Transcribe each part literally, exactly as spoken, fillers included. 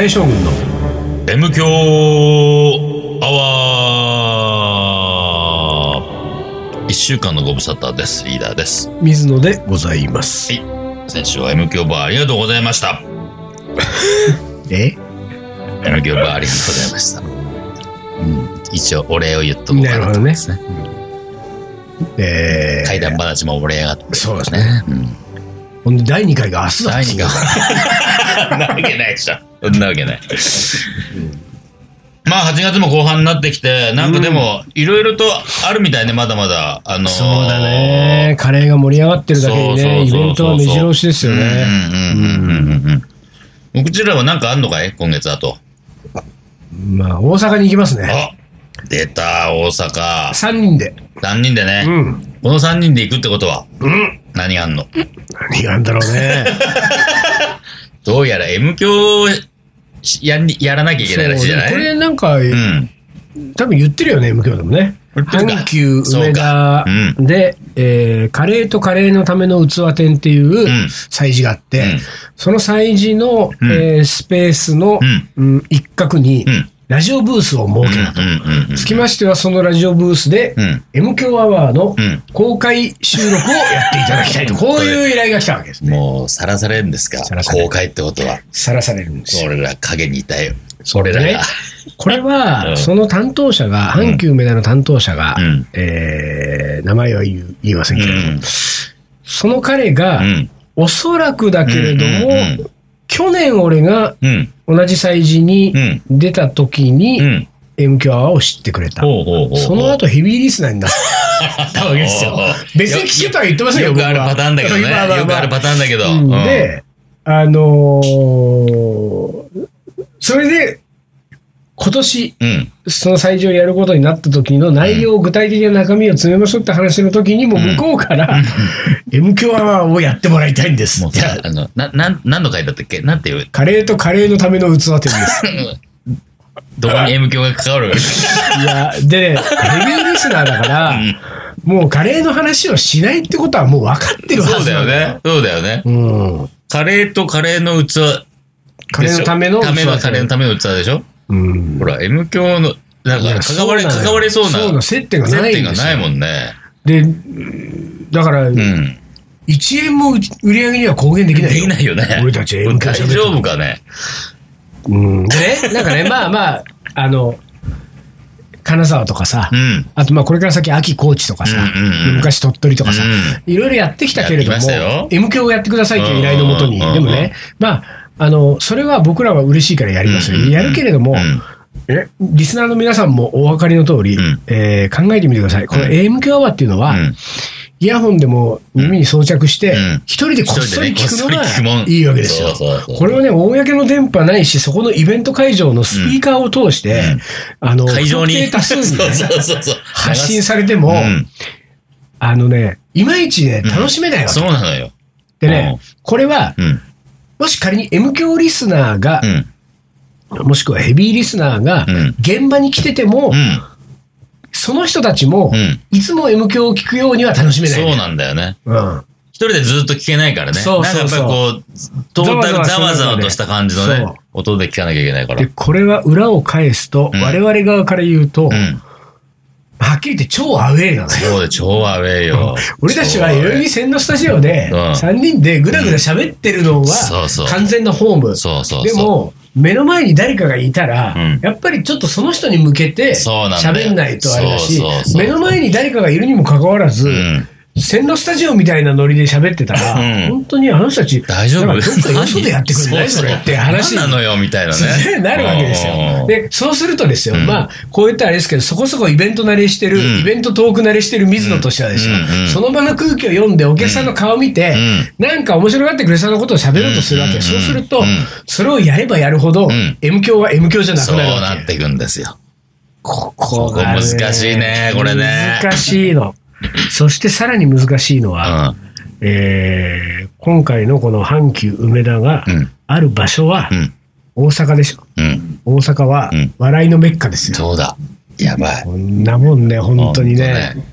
井将軍の M 強アワー。いっしゅうかんのご無沙汰です。リーダーです。 水野でございます。 はい。先週は M 強バーありがとうございました。 え ?M 強バーありがとうございました。うん、一応お礼を言っとこうかなと思いますね。 えー、 怪談話も盛り上がって、ね、 そうですね。うん、ほんでだいにかいが明日だっつうの。 そんなわけないでしょ。そんなわけない。うん、まあはちがつも後半になってきて、なんかでもいろいろとあるみたいね、まだまだ。あのー、 そうだね。カレーが盛り上がってるだけにね、イベントは目白押しですよね。 こちらはなんかあんのかい今月あと。 まあ大阪に行きますね。 あ、出た大阪。 さんにんで。 さんにんでね。うん、このさんにんで行くってことは、うん、何があんの？ 何があんだろうね。 どうやら M 響や, やらなきゃいけないらしいじゃない？ これなんか、うん、多分言ってるよね、M 響でもね。阪急梅田で、うんえー、カレーとカレーのための器店っていう催事があって、うん、その催事の、うんえー、スペースの、うん、一角に、うんラジオブースを設けたと。つきましては、そのラジオブースで、うん、M 響アワーの公開収録をやっていただきたいと、こういう依頼が来たわけですね。 もう、さらされるんですか？公開ってことは。 さらされるんですよ。 俺ら影にいたよ。 それね。これは、その担当者が、阪急梅田の担当者が、うん、えー、名前は言う言いませんけれども、うん、その彼が、うん、おそらくだけれども、うんうんうん、去年俺が、うん同じ催事に出た時に、うん、M 響アワーを知ってくれた。ほうほうほうほうその後ヘビーリスナーになったわけですよ。別に聞けとは言ってませんよ。 よくあるパターンだけどね。よくあるパターンだけど。 うん、で、あのー、それで、今年、うん、その催事をやることになった時の内容、うん、具体的な中身を詰めましょうって話の時にも向こうから、うん、M 響アワーをやってもらいたいんです。 もうさあのなな何の回だったっけなんていうカレーとカレーのための器店です。 どこに M 響が関わる？ いや、でね、ヘビーリスナーだから、うん、もうカレーの話をしないってことはもう分かってるはずなんだよ。 そうだよね。そうだよね。うん、カレーとカレーの器。 カレーのための器。 ためのカレーのための器でしょうん、ほら M 響のなんか関われ関われそうなそうな接点がないんですよ。 接点がないもんね。 でだから、うん、いちえんも売り上げには貢献できないよ。 できないよね。 俺たち M 響大丈夫かね。 うんでねなんかねまあまああの金沢とかさ、うん、あとまあこれから先秋高知とかさ、うんうんうん、昔鳥取とかさ、うん、いろいろやってきたけれども M 響をやってくださいという依頼のもとにでもねまああの、それは僕らは嬉しいからやりますよ。うんうんうん、やるけれども、うん、え、リスナーの皆さんもお分かりの通り、うんえー、考えてみてください。この エーエム 響アワーっていうのは、うん、イヤホンでも耳に装着して、一、うん、人でこっそり聞くのがいいわけですよ。これはね、公の電波ないし、そこのイベント会場のスピーカーを通して、うん、あの、 会場に不特定多数に、ね、そうそうそうそう発信されても、うん、あのね、いまいちね、楽しめないわけ。 うん、そうなのよ。 でね、これは、うんもし仮に M 響リスナーが、うん、もしくはヘビーリスナーが現場に来てても、うん、その人たちも、うん、いつも M 響を聞くようには楽しめない、ね。 そうなんだよね。うん、一人でずっと聞けないからね。 そうそうそう。 なんかやっぱりこう、トータルざわざわとした感じのね、音で聞かなきゃいけないから。 で、これは裏を返すと、うん、我々側から言うと、うんはっきり言って超アウェーなのよ。 そうで、超アウェーよ。 俺たちは代々木線のスタジオでさんにんでぐだぐだ喋ってるのは完全なホーム。 そうそうそうでも、目の前に誰かがいたら、うん、やっぱりちょっとその人に向けて喋んないとあれだし、目の前に誰かがいるにもかかわらず、うん線路スタジオみたいなノリで喋ってたら、うん、本当にあの人たち大丈夫？ どっかよそでやってくれないそれって話何なのよみたいなねなるわけですよ。でそうするとですよ、うん、まあこう言ったらあれですけどそこそこイベント慣れしてる、うん、イベントトーク慣れしてる水野としてはですよ、うんうん、その場の空気を読んでお客さんの顔を見て、うん、なんか面白がってくれそうなことを喋ろうとするわけ、うん、そうすると、うん、それをやればやるほど、うん、M 響は M 響じゃなくなるわけ。 そうなっていくんですよ。 ここが、 ね、難しいねこれね。 難しいの。そしてさらに難しいのは、うんえー、今回のこの阪急梅田がある場所は大阪でしょ、うん、大阪は笑いのメッカですよ、 うん、そうだやばいこんなもんね本当にね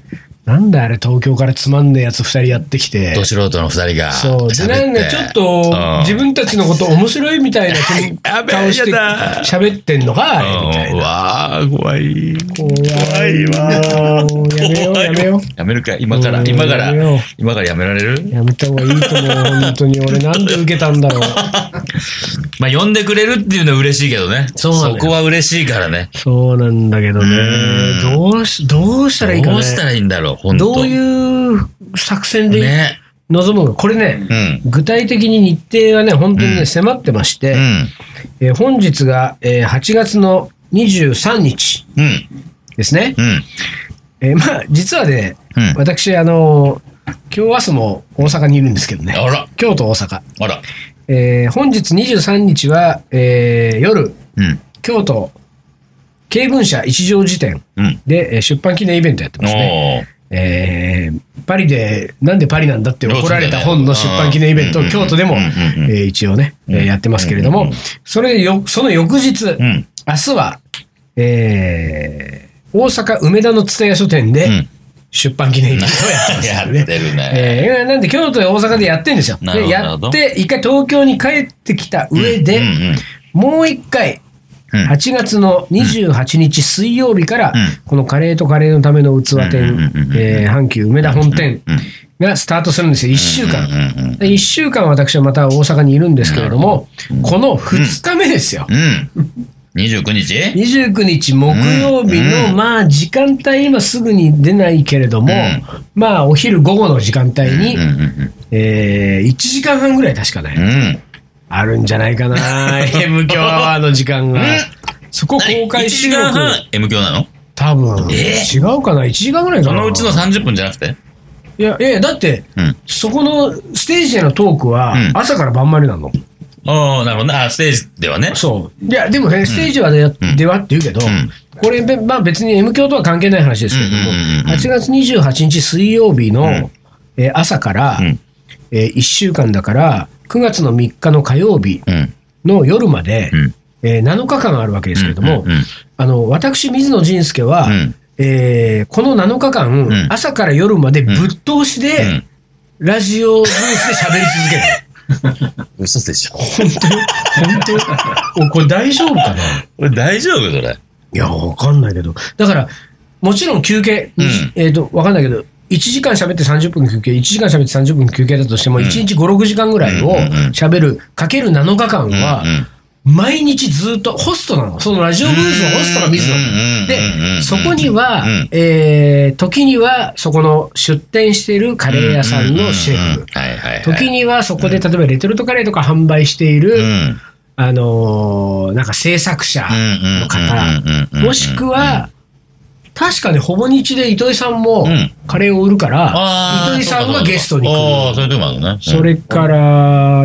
なんだあれ、東京からつまんねえやつ二人やってきて。 ど素人の二人が。 そう。で、なんで、ちょっと、自分たちのこと面白いみたいな顔して喋ってんのか、あれ、みたいな。 うわー、怖い。 怖いわ。やめよう、やめよう。 やめるか、今から、今から、今からやめられる？ やめた方がいいと思う、本当に。俺なんで受けたんだろう。 まあ、呼んでくれるっていうのは嬉しいけどね。 そうなんだよ。 そこは嬉しいからね。 そうなんだけどね。どうし、どうしたらいいかね。 どうしたらいいんだろう。 どういう作戦で臨むか、これね、うん、具体的に日程がね、本当にね、うん、迫ってまして、うんえー、本日が、えー、はちがつのにじゅうさんにちですね。うんえー、まあ、実はね、うん、私、あのー、今日明日も大阪にいるんですけどね、 あら京都、大阪。 あらえー、本日にじゅうさんにちは、えー、夜、うん、京都、経文社一条辞典で、うん、出版記念イベントやってますね。えー、パリで、なんでパリなんだって怒られた本の出版記念イベントを京都でも、えー、一応ね、えー、やってますけれども、それよ、その翌日、うん、明日は、えー、大阪梅田の蔦屋書店で、出版記念イベントをやってます、ね。 やってるね。 えー、なんで京都や大阪でやってるんですよ。で、やって、一回東京に帰ってきた上で、うんうんうん、もう一回、はちがつのにじゅうはちにち水曜日から、このカレーとカレーのための器店、えー、阪急梅田本店がスタートするんですよ。いっしゅうかん。いっしゅうかん私はまた大阪にいるんですけれども、このふつかめですよ。 にじゅうくにち ? にじゅうくにち木曜日の、まあ時間帯今すぐに出ないけれども、まあお昼午後の時間帯に、えー、いちじかんはんぐらい確かね。あるんじゃないかなM 強アワーの時間が。そこ公開収録。 いちじかんはん M 強なの？ 多分。えー、違うかな ?いち 時間ぐらいかな。 そのうちのさんじゅっぷんじゃなくて？ いや、いや、だって、うん、そこのステージでのトークは朝から晩までなの。 うん、ああ、なるほどね。あ、ステージではね。 そう。いや、でもね、ステージはで、うん、ではって言うけど、うん、これ、まあ別に M 強とは関係ない話ですけれども、はちがつにじゅうはちにち水曜日の、うんえー、朝から、うんえー、いっしゅうかんだから、くがつのみっかの火曜日の夜まで、うんえー、なのかかんあるわけですけれども、うんうんうん、あの私、水野仁介は、うんえー、このなのかかん、うん、朝から夜までぶっ通しで、うん、ラジオブースで喋り続ける。 嘘でしょ。 本当本当これ大丈夫かなこれ大丈夫それ。 いや、わかんないけど。だから、もちろん休憩、うん、えっと、わかんないけど、いちじかん喋ってさんじゅっぷん休憩、いちじかん喋ってさんじゅっぷん休憩だとしても、いちにちご、ろくじかんぐらいを喋る、かけるなのかかんは、毎日ずっとホストなの。そのラジオブースのホストが水野。で、そこには、えー、時にはそこの出店しているカレー屋さんのシェフ。時にはそこで例えばレトルトカレーとか販売している、あのー、なんか制作者の方。もしくは、確かね、ほぼ日で糸井さんもカレーを売るから、うん、糸井さんがゲストに来る。 ああ、そういうとこもあるね。うん、 それから、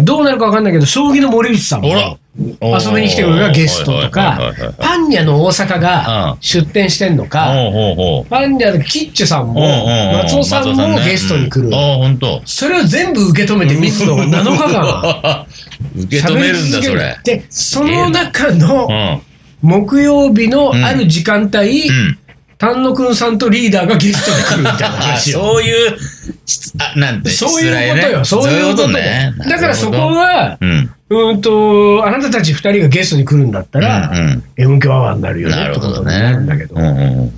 どうなるか分かんないけど、将棋の森口さんも遊びに来てくれるがゲストとか、パンニャの大阪が出店してんのか、パンニャのキッチュさんも、松尾さんもゲストに来る。それを全部受け止めて水野がなのかかん。 受け止めるんだ、それ。 で、その中の木曜日のある時間帯、うん丹野くんさんとリーダーがゲストで来るみたいな話よ。そういう、あ、なんて、 そういうことよ。そういうことね。だからそこは、うん、うんと、あなたたち二人がゲストに来るんだったら、うんうん、エム 強アワーになるよねってことになるんだけど。うんうん、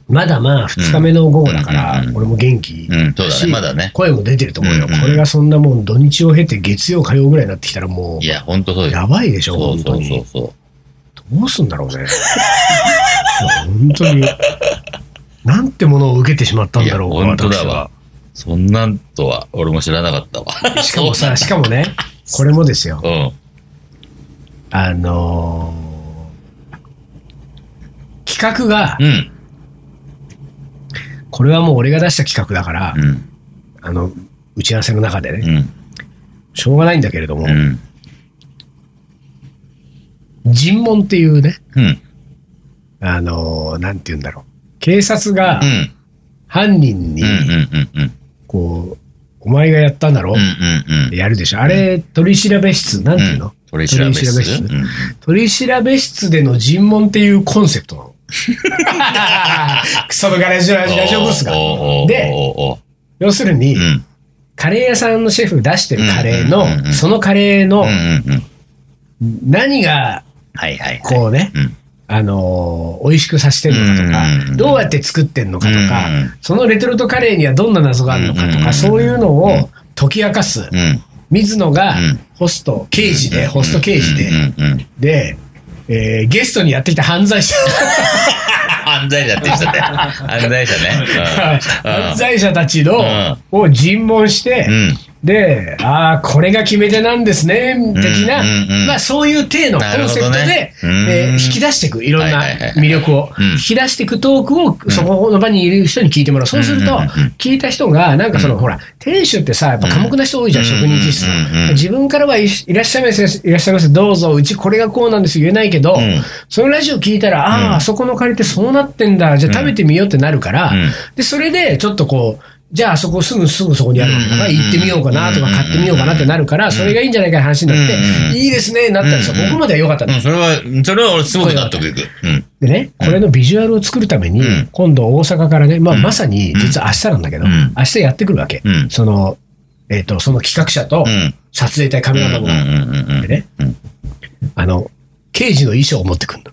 まだまあ、二日目の午後だから、俺も元気だし、声も出てると思うよ。これがそんなもん、土日を経て月曜、火曜ぐらいになってきたらもう、 いや、本当そうです。 やばいでしょ、本当に。 そうそうそう。 どうすんだろうね。本当に。なんてものを受けてしまったんだろう、 本当だわ。そんなんとは、俺も知らなかったわ。 しかもさ、しかもね、これもですよ。うん、あのー、企画が、うん、これはもう俺が出した企画だから、うん、あの、打ち合わせの中でね、うん、しょうがないんだけれども、うん尋問っていうね、うん、あのー、なんて言うんだろう。警察が犯人に、こう、お前がやったんだろ、うんうんうん、やるでしょ。あれ、取り調べ室、なんていうの、うん、 取り調べ室。 取り調べ室、うん、取り調べ室での尋問っていうコンセプトそのガレージのラジオブースが。で、要するに、うん、カレー屋さんのシェフ出してるカレーの、うんうんうん、そのカレーの、うんうんうん、何が、こうね、うん、あのー、美味しくさせてるのかとか、うんうん、どうやって作ってんのかとか、うんうん、そのレトルトカレーにはどんな謎があるのかとか、うんうん、そういうのを解き明かす。うん、水野がホスト、刑事で、ホスト刑事で、で、えー、ゲストにやってきた犯罪者。 犯罪者って言っちゃったよ。犯罪者ね。 うん、犯罪者たちの、うん、を尋問して、うん、で、ああ、これが決め手なんですね、的な、うんうんうん、まあそういう体のコンセプトで、ねえー、引き出していく、いろんな魅力を、引き出していくトークを、そこの場にいる人に聞いてもらう。そうすると、聞いた人が、なんかその、うん、ほら、店主ってさ、やっぱ寡黙な人多いじゃん、うん、職人気質の、うんうん。自分からはい、いらっしゃいませ、いらっしゃいませ、どうぞ、うちこれがこうなんです言えないけど、うん、そのラジオ聞いたら、ああ、うん、あそこのカレーってそうなってんだ、じゃあ食べてみようってなるから、うん、で、それで、ちょっとこう、じゃああそこすぐすぐそこにあるわけだから行ってみようかなとか買ってみようかなってなるからそれがいいんじゃないかって話になっていいですねなったんですよ。僕までは良かったんです。 それはそれは俺すごく納得いく。 でねこれのビジュアルを作るために今度大阪からねまあまさに実は明日なんだけど明日やってくるわけ。そのえっとその企画者と撮影隊カメラマンがでねあの刑事の衣装を持ってくるの。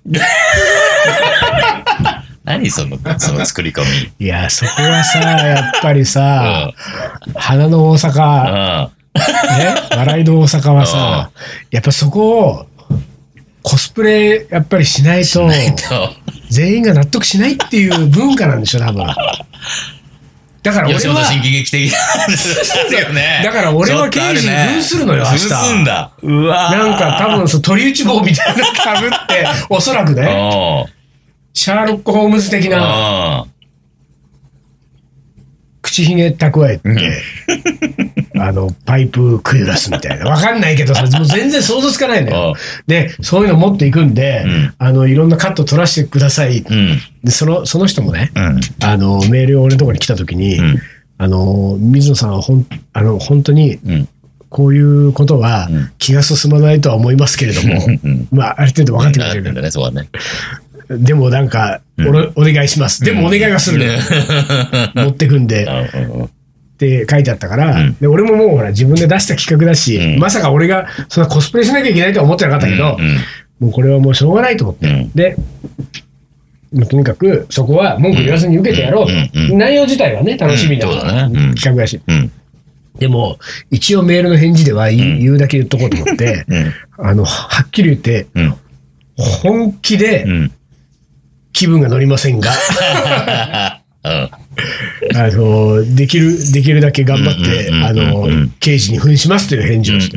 何その、その作り込み。 いや、そこはさ、やっぱりさ、うん、花の大阪、うん、ね、笑いの大阪はさ、うん、やっぱそこを、コスプレ、やっぱりしないと、しないと全員が納得しないっていう文化なんでしょ、多分。だから俺は、 吉本新喜劇的だよね。 だから俺は刑事に扮するのよ、明日。 扮すんだ。うわなんか多分、そう、鳥打ち棒みたいなのかぶって、おそらくね。シャーロック・ホームズ的な口ひげ蓄えて、うん、あのパイプくゆらすみたいなわかんないけどさもう全然想像つかないんだよ。でそういうの持っていくんで、うん、あのいろんなカット取らせてください、うん、でそのその人もね、うん、あのメールを俺のところに来た時に、うん、あの水野さんはほんあの本当に、うんこういうことは気が進まないとは思いますけれども、うん、まあある程度分かってくれるんだね、そうね。でもなんかお、うん、お願いします。でもお願いはするね。うん、持ってくんでって書いてあったから、うん、で俺ももうほら自分で出した企画だし、うん、まさか俺がそんなコスプレしなきゃいけないとは思ってなかったけど、うんうん、もうこれはもうしょうがないと思って、うん、でとにかくそこは文句言わずに受けてやろうと、うんうん、内容自体はね楽しみな、うん、企画だし。うんでも、一応メールの返事では言う、うん、言うだけ言っとこうと思って、うん、あの、はっきり言って、うん、本気で気分が乗りませんが、うん、あの、できる、できるだけ頑張って、あの、刑事に扮しますという返事をして。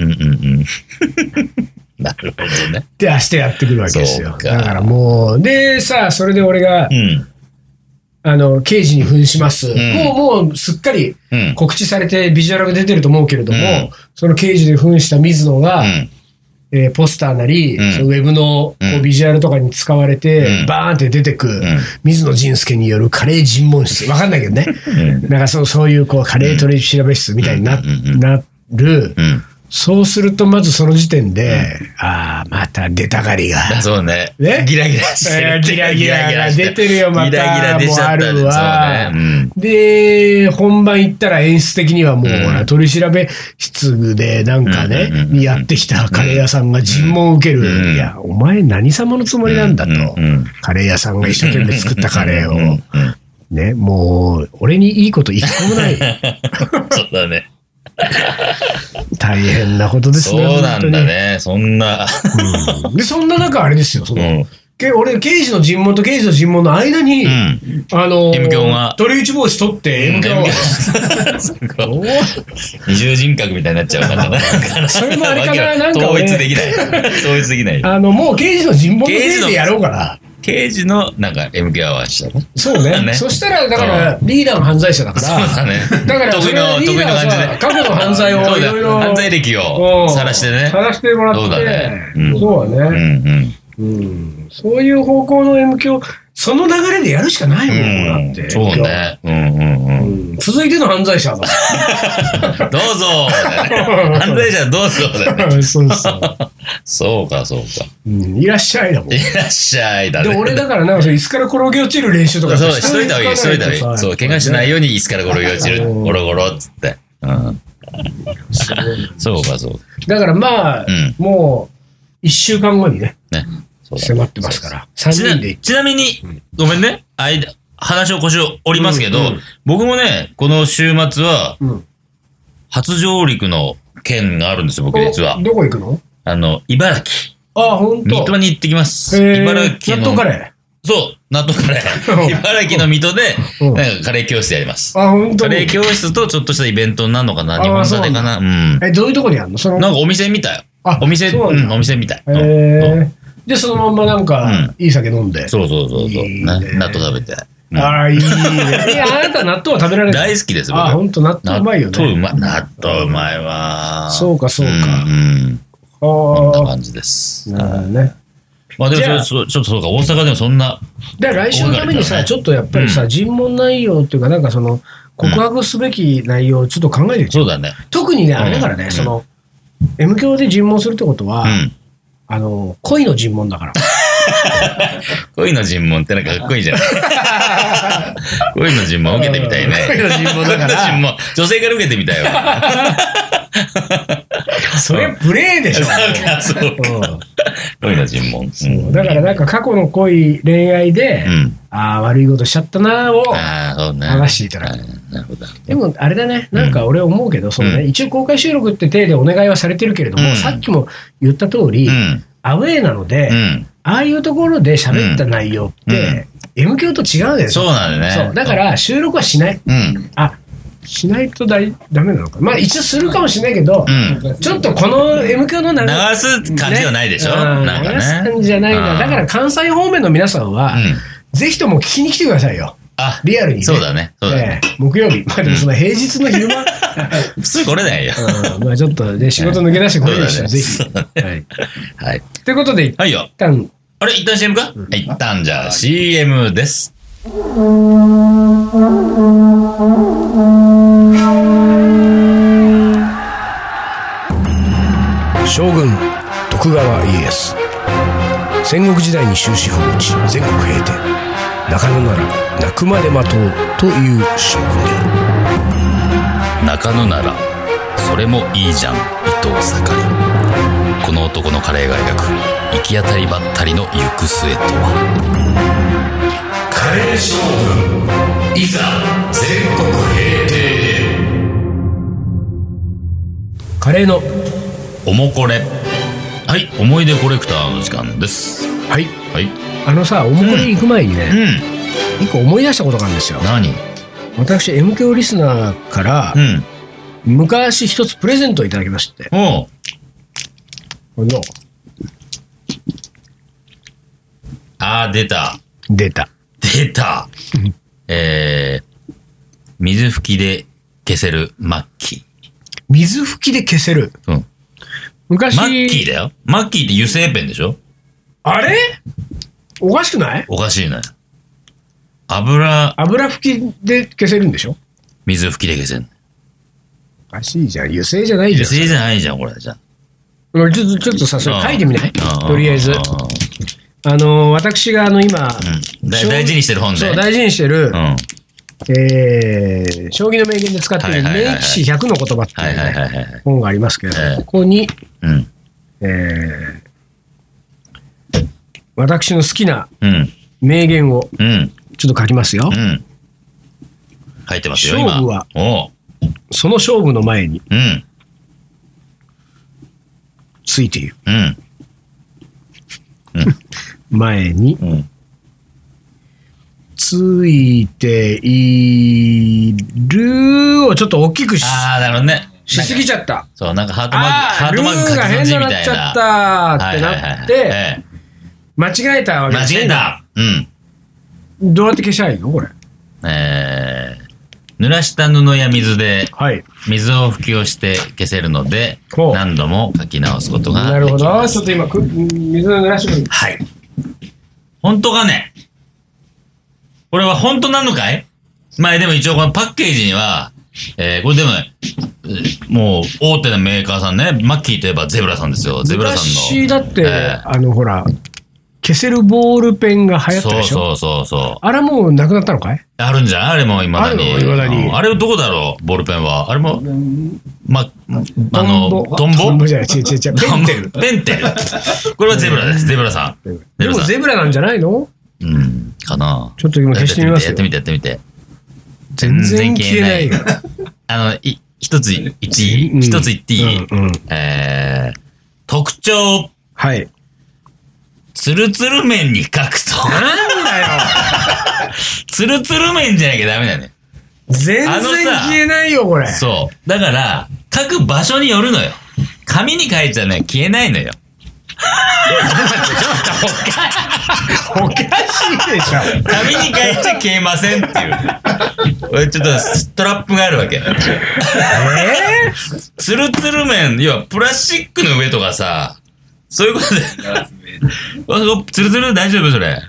なるほどね。 で、明日やってくるわけですよ。かだからもう、で、さ、それで俺が、うんあの、刑事に扮します。うん、もう、もう、すっかり告知されてビジュアルが出てると思うけれども、うん、その刑事に扮した水野が、うんえー、ポスターなり、うん、そのウェブのこうビジュアルとかに使われて、うん、バーンって出てく、うん、水野仁介によるカレー尋問室。わかんないけどね。うん、なんかそう、そういう、こう、カレー取り調べ室みたいにな、うん、なる。うんそうすると、まずその時点で、うん、ああ、また出たがりが。 そうね。ねギラギラしてる。 ギラギラが出てるよ、また。ギラギラ出ちゃったもあるわ、 ねうん。 で、本番行ったら演出的にはもう、うん、取り調べ室でなんかね、うん、にやってきたカレー屋さんが尋問を受ける。うん、いや、お前何様のつもりなんだと。うん、カレー屋さんが一生懸命作ったカレーを。ね、もう、俺にいいこと一個もない。 そうだね。 大変なことですね。 そうなんだね。そんな、 うん。で、そんな中あれですよ。その、うん、俺、刑事の尋問と刑事の尋問の間に、うん、あの、 M 響が鳥打ち帽子取って、M 響が。 二重人格みたいになっちゃうからな。 それもあれかな、なんか、ね。 統一できない。統一できない。 あの、もう刑事の尋問の刑事でやろうかな。 刑事のなんか エムケー アワーしたのそうね。ねそしたらだからリーダーの犯罪者だから。 そうだね。 だから得意の得意な感じで過去の犯罪をいろいろ犯罪歴を晒してね。 晒してもらって。そうだね。そうだね。うんそういう方向の エムケー をその流れでやるしかないもんだって。 そうね。うんうんうん。 普続いての犯罪者だ。 どうぞ犯罪者どうぞだね。 そうそう。 そうか、そうか。 うん、いらっしゃいだもん。 いらっしゃいだね。 で、俺だからなんかそれ椅子から転げ落ちる練習とかそう、しといた方がいい、しといた方がいい。そう、怪我しないように椅子から転げ落ちる。ゴロゴロっつって。うん。そうか、そうか。 だからまあ、もう、一週間後にね。ね。迫ってますから。さんにんで。 ちなみに、ごめんね。間、話を腰を折りますけど、僕もね、この週末は、初上陸の県があるんですよ、僕実は。 どこ行くの？ あの、茨城。 ああ、ほんと。 水戸に行ってきます。茨城の。 納豆カレーそう、納豆カレー。茨城の水戸で、なんかカレー教室やります。 あ、ほんと。 カレー教室とちょっとしたイベントになるのかな、日本立てかな。うん。 え、どういうとこにあるの？そのなんかお店みたい。あ、お店、うん、お店みたい。へえ。で、そのまんまなんか、いい酒飲んで。 そうそうそうそう。納豆食べて。 ああ、いいね。いや、あなた納豆は食べられる？ 大好きです、僕。 あ、ほんと納豆うまいよね。 納豆うまい。納豆うまいわ。 そうか、そうか。うん。 こんな感じです。 なるほどね。 まあでも、ちょっとそうか、大阪でもそんな。 で、来週のためにさ、ちょっとやっぱりさ、尋問内容っていうか、なんかその、告白すべき内容をちょっと考えてみて。 そうだね。 特にね、あれだからね、その、M 響で尋問するってことは、あの、恋の尋問だから。 恋の尋問ってなんかかっこいいじゃん。恋の尋問受けてみたいね。 恋の尋問だから。 尋問。女性から受けてみたいわ。 それプレイでしょ。 そうか。恋の尋問。 だからなんか過去の恋、恋愛で、ああ、悪いことしちゃったなを話していただく。でもあれだね、なんか俺思うけど、そのね、一応公開収録って体でお願いはされてるけれども、さっきも言った通り、アウェーなので、ああいうところで喋った内容って、M 響と違うんだよね。 そうなんだよね。 そう。だから収録はしない。あ、しないとだいダメなのか。まあ一応するかもしれないけど、ちょっとこの M 響の流す感じじゃないでしょ。 流す感じじゃないんだ。だから関西方面の皆さんは、ぜひとも聞きに来てくださいよ。 あ、 リアルに。 そうだね。そうだね。 木曜日。まあでもその平日の昼間。 普通来れないよ。 まあちょっとね、仕事抜け出してこれる人はぜひ。はい。ということで、 はいよ。 一旦、 あれ一旦 シーエム か？一旦じゃあ シーエム です。 将軍徳川家康、戦国時代に終止符を打ち全国平定、中野なら泣くまで待とうという将軍である。中野ならそれもいいじゃん伊藤盛り。この男のカレーが描く行き当たりばったりの行く末とは。カレー将軍いざ全国平定へ。 カレーのおもこれ。はい、思い出コレクターの時間です。 はい、 はい、 あのさ、おもこれ行く前にね、うん、一個思い出したことがあるんですよ。 何？ 私 M 響リスナーから、うん、昔一つプレゼントをいただきまして。 おう。 これどう？ あー、出た。 出た。 出た。えー、水拭きで消せるマッキー。 水拭きで消せる。 うん。 昔。 マッキーだよ。マッキーって油性ペンでしょ？ あれ？おかしくない？ おかしいね。油。 油拭きで消せるんでしょ？ 水拭きで消せる。 おかしいじゃん。油性じゃないじゃん。 油性じゃないじゃん、これ。じゃあ。 ちょっと、ちょっとさ、それ書いてみない？とりあえず。あの、私があの、今、 うん、大事にしてる本で。 そう、大事にしてる、うん、えー、将棋の名言で使っている名棋士ひゃくの言葉っていう本がありますけど、ここに、うん、えー、私の好きな名言をちょっと書きますよ。 うんうん、書いてますよ、 勝負は、その勝負の前に、 うんついている。 うんうん、前に、うん、ついているをちょっと大きくし、 ああ、なるほどね。 しすぎちゃった。 そう、なんかハートマーク、ハートマーク書きが変ななっちゃったってなって、間違えたわけです。 間違えた。うん。 どうやって消しゃいいのこれ。 えー、濡らした布や水で、水を拭きをして消せるので、はい、何度も書き直すことができます。 なるほど。ちょっと今、水を濡らしてくる。 はい。本当かね？これは本当なのかい？ まあでも一応このパッケージには、えー、これでもね、もう大手のメーカーさんね、マッキーといえばゼブラさんですよ。ゼブラさんの。 昔だって、えー、あのほら、消せるボールペンが流行ったでしょ。 そうそうそうそう。 あれもうなくなったのかい？ あるんじゃん、あれも未だに。 あるの未だに。 あれどこだろう、ボールペンは。あれも、ま、あの、トンボ？ トンボじゃない、違う違う違う、ペンテル。 ペンテル。これはゼブラです、ゼブラさん。 でもゼブラなんじゃないの？ うん、かな。 ちょっと今消してみますよ。 やってみて、やってみて。 全然消えない。 あの、い、一つ言っていい？一つ言っていい？えー、特徴。 はい。 ツルツル面に書くと。 なんだよツルツル面じゃなきゃダメだよね。 全然消えないよ、これ。 そう。だから、書く場所によるのよ。紙に書いちゃね、消えないのよ。 おかしいでしょ。 紙に書いちゃ消えませんっていう。これちょっとストラップがあるわけ。えー、 ツルツル面、要はプラスチックの上とかさ、そういうことで。ツルツル大丈夫それ。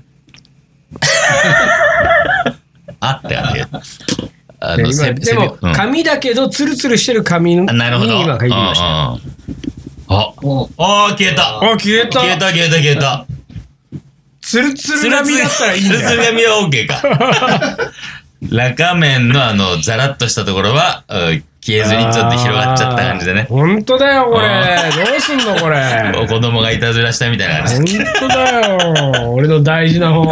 あって感じ。あの今でも、うん、紙だけどツルツルしてる紙に今書いてみました。あ、 あ、あ、消えた。 あ、消えた。 消えた消えた消えた。 ツルツル紙だったらいいんだよ。 ツルツル紙は OK か。中面のあのザラッとしたところは、うん、消えずにちょっと広がっちゃった感じでね。 本当だよこれ。どうすんのこれ。 子供がいたずらしたみたいな感じ。 本当だよ。俺の大事な方。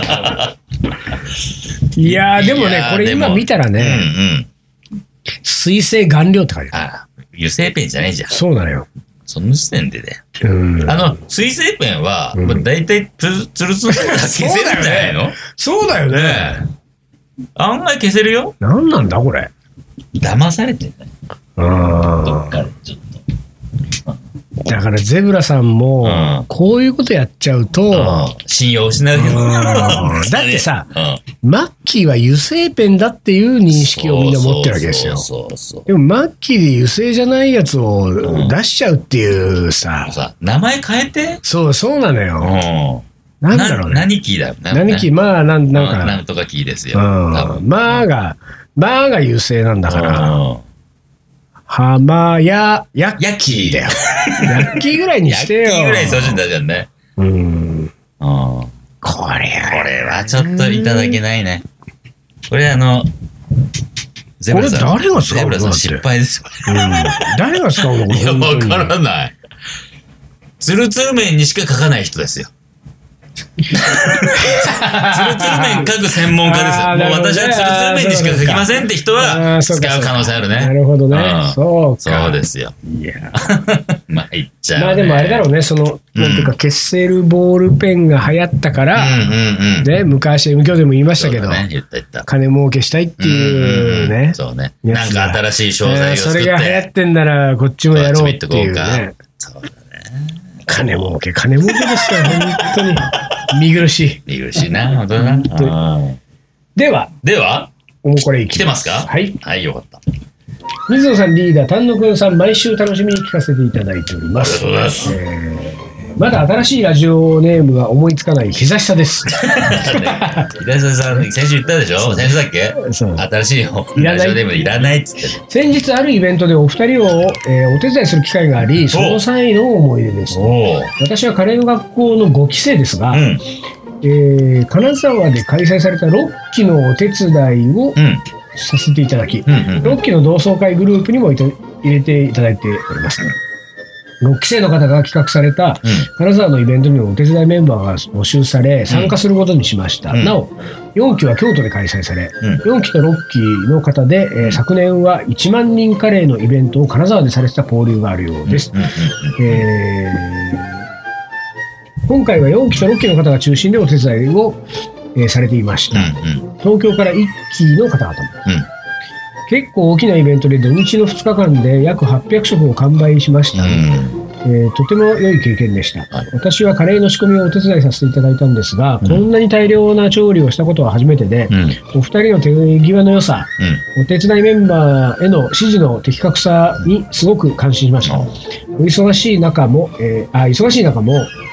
いやーでもねこれ今見たらね、うんうん、水性顔料って書いてある。 あ、油性ペンじゃないじゃん。 そうなのよ。 その時点でね。 うん、 あの水性ペンは、うん、だいたいツルツル消せるんじゃないの？ そうだよね。ね案外消せるよ。 なんなんだこれ。 騙されてんだよ。 あどっかでちょっと。 だからゼブラさんも、うん、こういうことやっちゃうと、うん、 信用を失うけど。 だってさ、うん、マッキーは油性ペンだっていう認識をみんな持ってるわけですよ。 そうそうそうそう。 でもマッキーで油性じゃないやつを出しちゃうっていうさ。 うん、さ名前変えて。 そう、そうなのよ。うん、なんだろうね。 何キーだよ。 何キー、まあ、なん、なんか。 なんとかキーですよ。 うん、まあが、まあが油性なんだから。はまや、やっきーだよ。やっきーぐらいにしてよ。やっきーぐらいにしてほしいんだじゃんね。 うん。 これは。これはちょっといただけないね。これあの、 ゼブラさん。これ誰が使うの？ゼブラさん失敗ですよ。 うん。誰が使うの？ いや、わからない。ツルツル面にしか書かない人ですよ。ツルツル面書く専門家ですよ。もう私はツルツル面にしか書きませんって人は使う可能性あるね。 なるほどね。そうか。 そうですよ。 いや。 まあ言っちゃう。 まあでもあれだろうね、その、なんていうか消せるボールペンが流行ったから、ね、昔、今日でも言いましたけど、金儲けしたいっていうね。 そうね。なんか新しい商材を作って。 それが流行ってんならこっちもやろうっていうね。そうだね。金儲け、金儲けですよ、本当に。見苦しい。 見苦しいな、本当だな。 では、 では、 おもこれいき来てますか？ はい。 はい、よかった。 水野さんリーダー、丹野くんさん、毎週楽しみに聞かせていただいております。 ありがとうございます。 えーまだ新しいラジオネームが思いつかない膝下です。 膝下さん、先週言ったでしょ？先週だっけ？新しいラジオネームいらないっつって。 先日あるイベントでお二人を、えー、お手伝いする機会があり、その際の思い出です。私はカレーの学校のごき生ですが、うん、えー、金沢で開催されたろっきのお手伝いをさせていただき、うんうんうん、ろっきの同窓会グループにも入れていただいております。ろっき生の方が企画された金沢のイベントにもお手伝いメンバーが募集され参加することにしました。うん、なおよんきは京都で開催され、うん、よんきとろっきの方で、えー、昨年はいちまんにんカレーのイベントを金沢でされてた交流があるようです。えー、今回はよんきとろっきの方が中心でお手伝いを、えー、されていました。うんうん、東京からいっきの方々も。うん結構大きなイベントで土日のふつかかんで約はっぴゃくしょくを完売しました、うんえー、とても良い経験でした、はい、私はカレーの仕込みをお手伝いさせていただいたんですが、うん、こんなに大量な調理をしたことは初めてで、うん、お二人の手際の良さ、うん、お手伝いメンバーへの指示の的確さにすごく感心しました、うん、お忙しい中も、えー、あ忙しい中も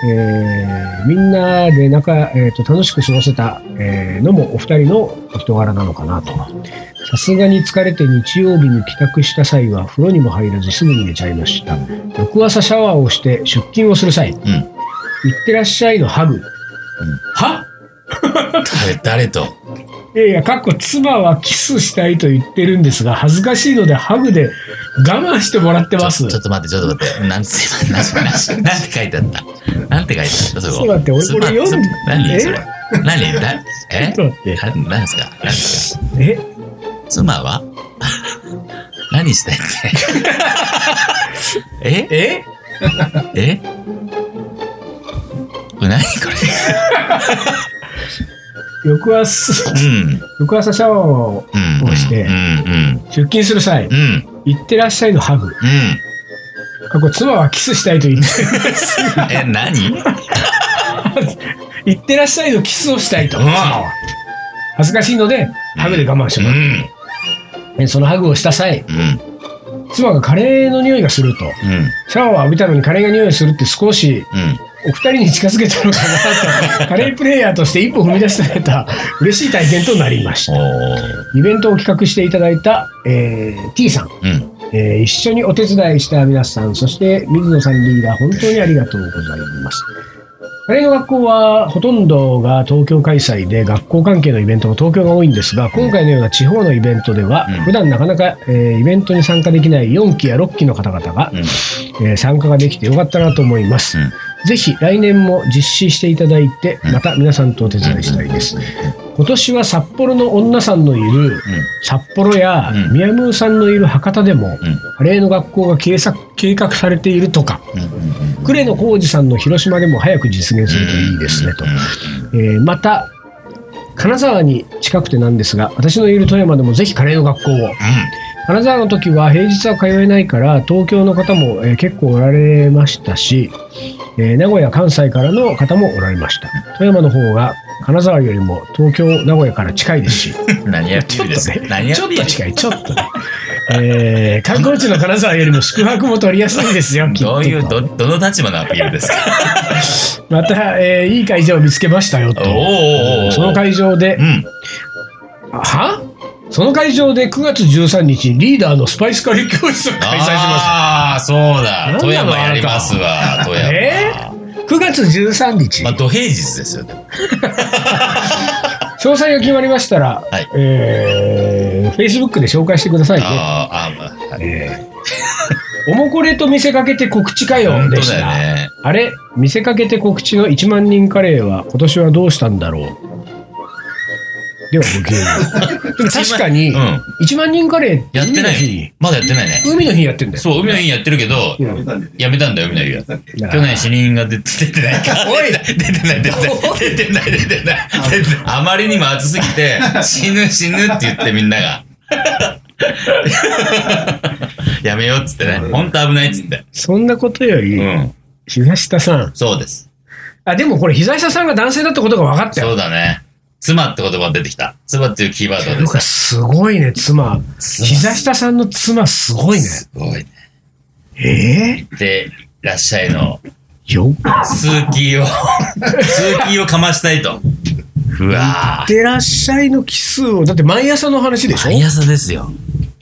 えーみんなで仲、えーと楽しく過ごせた、えーのもお二人のお人柄なのかなと。さすがに疲れて日曜日に帰宅した際は風呂にも入らずすぐに寝ちゃいました。翌朝シャワーをして出勤をする際、うん、いってらっしゃいのハグ、うん、は誰誰といやいや、かっこ妻はキスしたいと言ってるんですが、恥ずかしいのでハグで我慢してもらってます。 ちょ、ちょっと待って、ちょっと待って。なんて、なんて、なんて書いてあったなんて書いてあったそこ。 そうだって、俺これ読んで。 何それ何だえちょっと待って。 な何ですか何ですかえ妻は何したいってえええこれ何これ翌朝、うん、翌朝シャワーをして、出勤する際、うん、行ってらっしゃいのハグ。うん、過去、妻はキスしたいと言ってえ、何行ってらっしゃいのキスをしたいと。うん、妻は。恥ずかしいので、ハグで我慢してもらう。うん、そのハグをした際、うん、妻がカレーの匂いがすると、うん、シャワーを浴びたのにカレーが匂いするって少し、うんお二人に近づけたのかなと、カレープレイヤーとして一歩踏み出された嬉しい体験となりました。イベントを企画していただいた、えー、T さん、うんえー、一緒にお手伝いした皆さん、そして水野さんリーダー、本当にありがとうございます。カレーの学校はほとんどが東京開催で、学校関係のイベントも東京が多いんですが、今回のような地方のイベントでは、うん、普段なかなか、えー、イベントに参加できないよんきやろっきの方々が、うんえー、参加ができてよかったなと思います。うんぜひ来年も実施していただいて、また皆さんとお手伝いしたいです。今年は札幌の女さんのいる札幌や宮ムーさんのいる博多でも、カレーの学校が計画されているとか、呉野浩二さんの広島でも早く実現するといいですねと。えー、また、金沢に近くてなんですが、私のいる富山でもぜひカレーの学校を。金沢の時は平日は通えないから東京の方も、えー、結構おられましたし、えー、名古屋関西からの方もおられました。富山の方が金沢よりも東京名古屋から近いですし何やってるんですか、 ね、ちょっと近いちょっとね、えー、観光地の金沢よりも宿泊も取りやすいですよどういうどどの立場のアピールですかまた、えー、いい会場を見つけましたよと。おその会場で、うん、はその会場でくがつじゅうさんにちにリーダーのスパイスカレー教室を開催します。 ああ、そうだ。富山やりますわ、富山。 えー、くがつじゅうさんにち。 まあ、土平日ですよね。 詳細が決まりましたら、はい、えー、Facebook で紹介してくださいね。ああ、まあ、はい、えー、おもこれと見せかけて告知かよでした。ね、あれ見せかけて告知のいちまんにんカレーは今年はどうしたんだろう。では無形確かに、うん、いちまんにんカレーってやってない。まだやってないね。 海の日やってんだよ。 そう、海の日やってるけど、うん、やめたんだよ、海の日は。去年死人が出てないから。おい出てない、出てない、出てない、出てない。あまりにも暑すぎて、死ぬ死ぬって言ってみんなが。やめようっつってね。ほんと危ないっつって。 そんなことより、うん、東田さん。 そうです。 あ、でもこれ東田さんが男性だってことが分かったよ。 そうだね。妻って言葉が出てきた。妻っていうキーワードです。 すごいね、妻。膝下さんの妻すごいね。 すごいね。 えー、で、いらっしゃいの。よスーキーを、スーキーをかましたいと。うわぁ。いってらっしゃいの奇数を、だって毎朝の話でしょ？ 毎朝ですよ。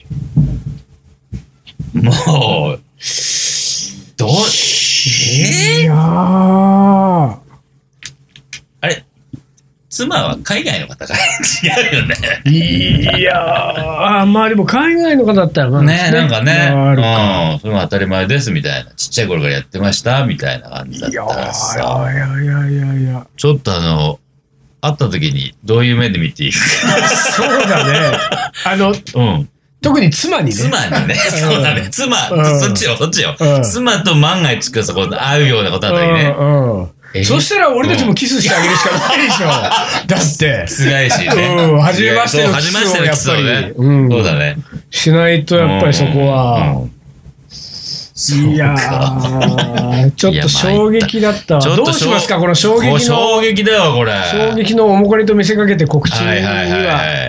もう、どう、えー、いやー。あれ妻は海外の方が違うよね。 いやー、まあでも海外の方だったらまあね、ねなんかね、あるか、うん、それも当たり前ですみたいな、ちっちゃい頃からやってましたみたいな感じだったらさ、 いやいやいやいや、 ちょっとあの会った時にどういう目で見ていいか。 そうだね。あの、うん。特に妻にね。 妻にね。そうだね。妻、うん、そっちよ、そっちよ。うん、妻と万が一かそこ会うようなことあったりね。うんうんそしたら俺たちもキスしてあげるしかないでしょ。だって。 すがいしね。 うん。初めましてのキスをやっぱり。 ねうん、そうだね。 しないとやっぱりそこは。うんいやー、ちょっと衝撃だったわ。どうしますかこの衝撃の。 衝撃だよ、これ。 衝撃のおもこれと見せかけて告知には。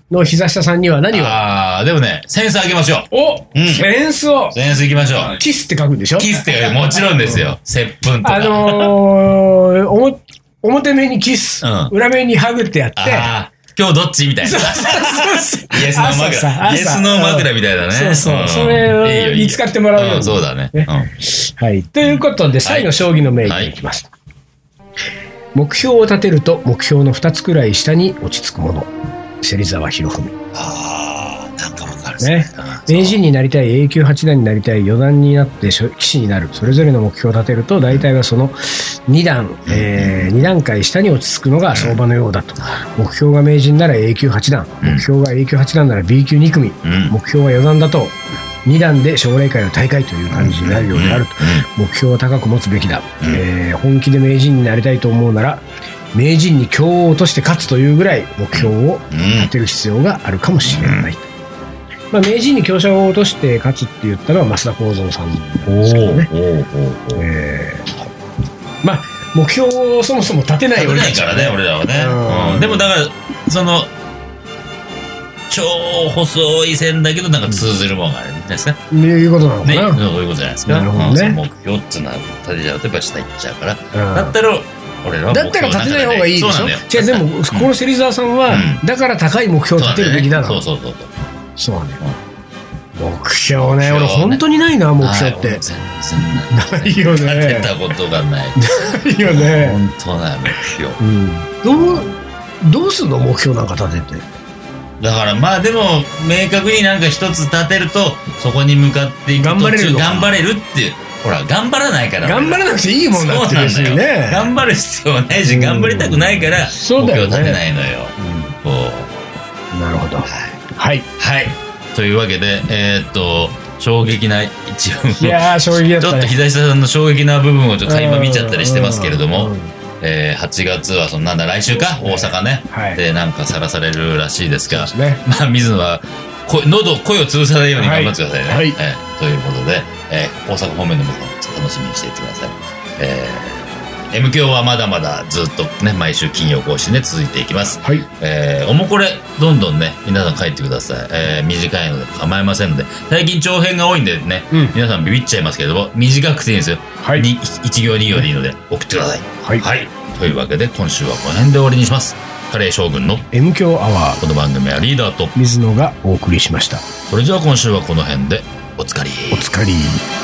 の膝下さんには何を？ ああ、でもね、センスあげましょう。 お、うん、センスを。 センスいきましょう。 キスって書くんでしょ？ キスってもちろんですよ。接吻とか。 あのー、おも、表面にキス、うん、裏面にハグってやって。 あ今日どっちみたいな。イエスノー枕。イエスノー枕みたいなね。 そうそう。それに使ってもらうように。 そうだね。 はい。ということで、最後、将棋の名言いきます。目標を立てると、目標のふたつくらい下に落ち着くもの。芹沢博文。 ああ、なんかわかるね。名人になりたい、A級八段になりたい、四段になって棋士になる。それぞれの目標を立てると、大体はそのに段、えー、に段階下に落ち着くのが相場のようだと。目標が名人なら A級八段、目標が A級八段なら B 級に組、目標が四段だと、に段で奨励会の大会という感じになるようであると。目標を高く持つべきだ。えー、本気で名人になりたいと思うなら、名人に香を落として勝つというぐらい目標を立てる必要があるかもしれない。まあ、名人に香車を落として勝つって言ったのは増田幸三さんですけどね。えー、まあ目標をそもそも立てない俺たちからね、俺らはね。うん、でもだからその超細い線だけどなんか通ずるものがあるんじゃないですか。 そういうことなのかな。 ね、そういうことじゃないですか。なるほどね。目標っていうのは立てちゃうとやっぱ下行っちゃうから。だったら俺らはだったら立てない方がいいでしょ。違う、でもこの芹沢さんはだから高い目標を立てるべきだな。 そうそうそう。 そうね。目標ね、俺本当にないな、目標って。 全然ないよね。 立てたことがない。 ないよね。 本当ない目標。 どう、どうすんの目標なんか立てて。 だからまあでも、明確になんか一つ立てると、そこに向かっていく途中、頑張れる頑張れるっていう。ほら、頑張らないから。 頑張らなくていいもんだって別にね。 頑張る必要はないし、頑張りたくないから、目標を立てないのよ。 なるほど。はい。 はい。というわけで、えっと、衝撃な一部。いやー、衝撃だった。 ちょっと膝下さんの衝撃な部分をちょっと垣間見ちゃったりしてますけれども、えー、はちがつはそのなんだ来週か、大阪ね、でなんかさらされるらしいですが、まあ水野は喉声を潰さないように頑張ってくださいね。はい、えー、ということで、えー、大阪方面の皆さん楽しみにしていってください。えー、M 響はまだまだずっとね毎週金曜更新で続いていきます。はい、えー、おもこれどんどんね皆さん書いてください。えー、短いので構いませんので、最近長編が多いんでね、うん、皆さんビビっちゃいますけれども短くていいんですよ。はい、いち行に行でいいので送ってください。はい、はい、というわけで今週はこの辺で終わりにします。カレー将軍の M 響アワー。この番組はリーダーと水野がお送りしました。 それじゃあ今週はこの辺でおつかり。 おつかり。